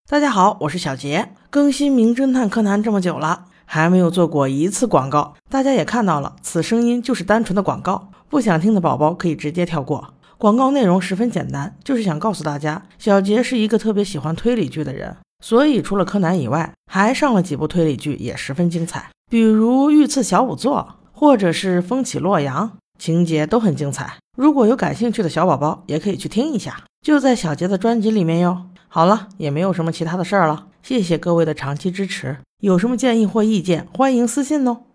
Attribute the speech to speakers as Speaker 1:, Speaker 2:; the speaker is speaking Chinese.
Speaker 1: 大家好，我是小杰。更新名侦探柯南这么久了，还没有做过一次广告，大家也看到了，此声音就是单纯的广告，不想听的宝宝可以直接跳过。广告内容十分简单，就是想告诉大家，小杰是一个特别喜欢推理剧的人，所以除了柯南以外，还上了几部推理剧，也十分精彩，比如御赐小仵作，或者是风起洛阳，情节都很精彩。如果有感兴趣的小宝宝，也可以去听一下，就在小杰的专辑里面哟。好了，也没有什么其他的事儿了，谢谢各位的长期支持，有什么建议或意见，欢迎私信哦。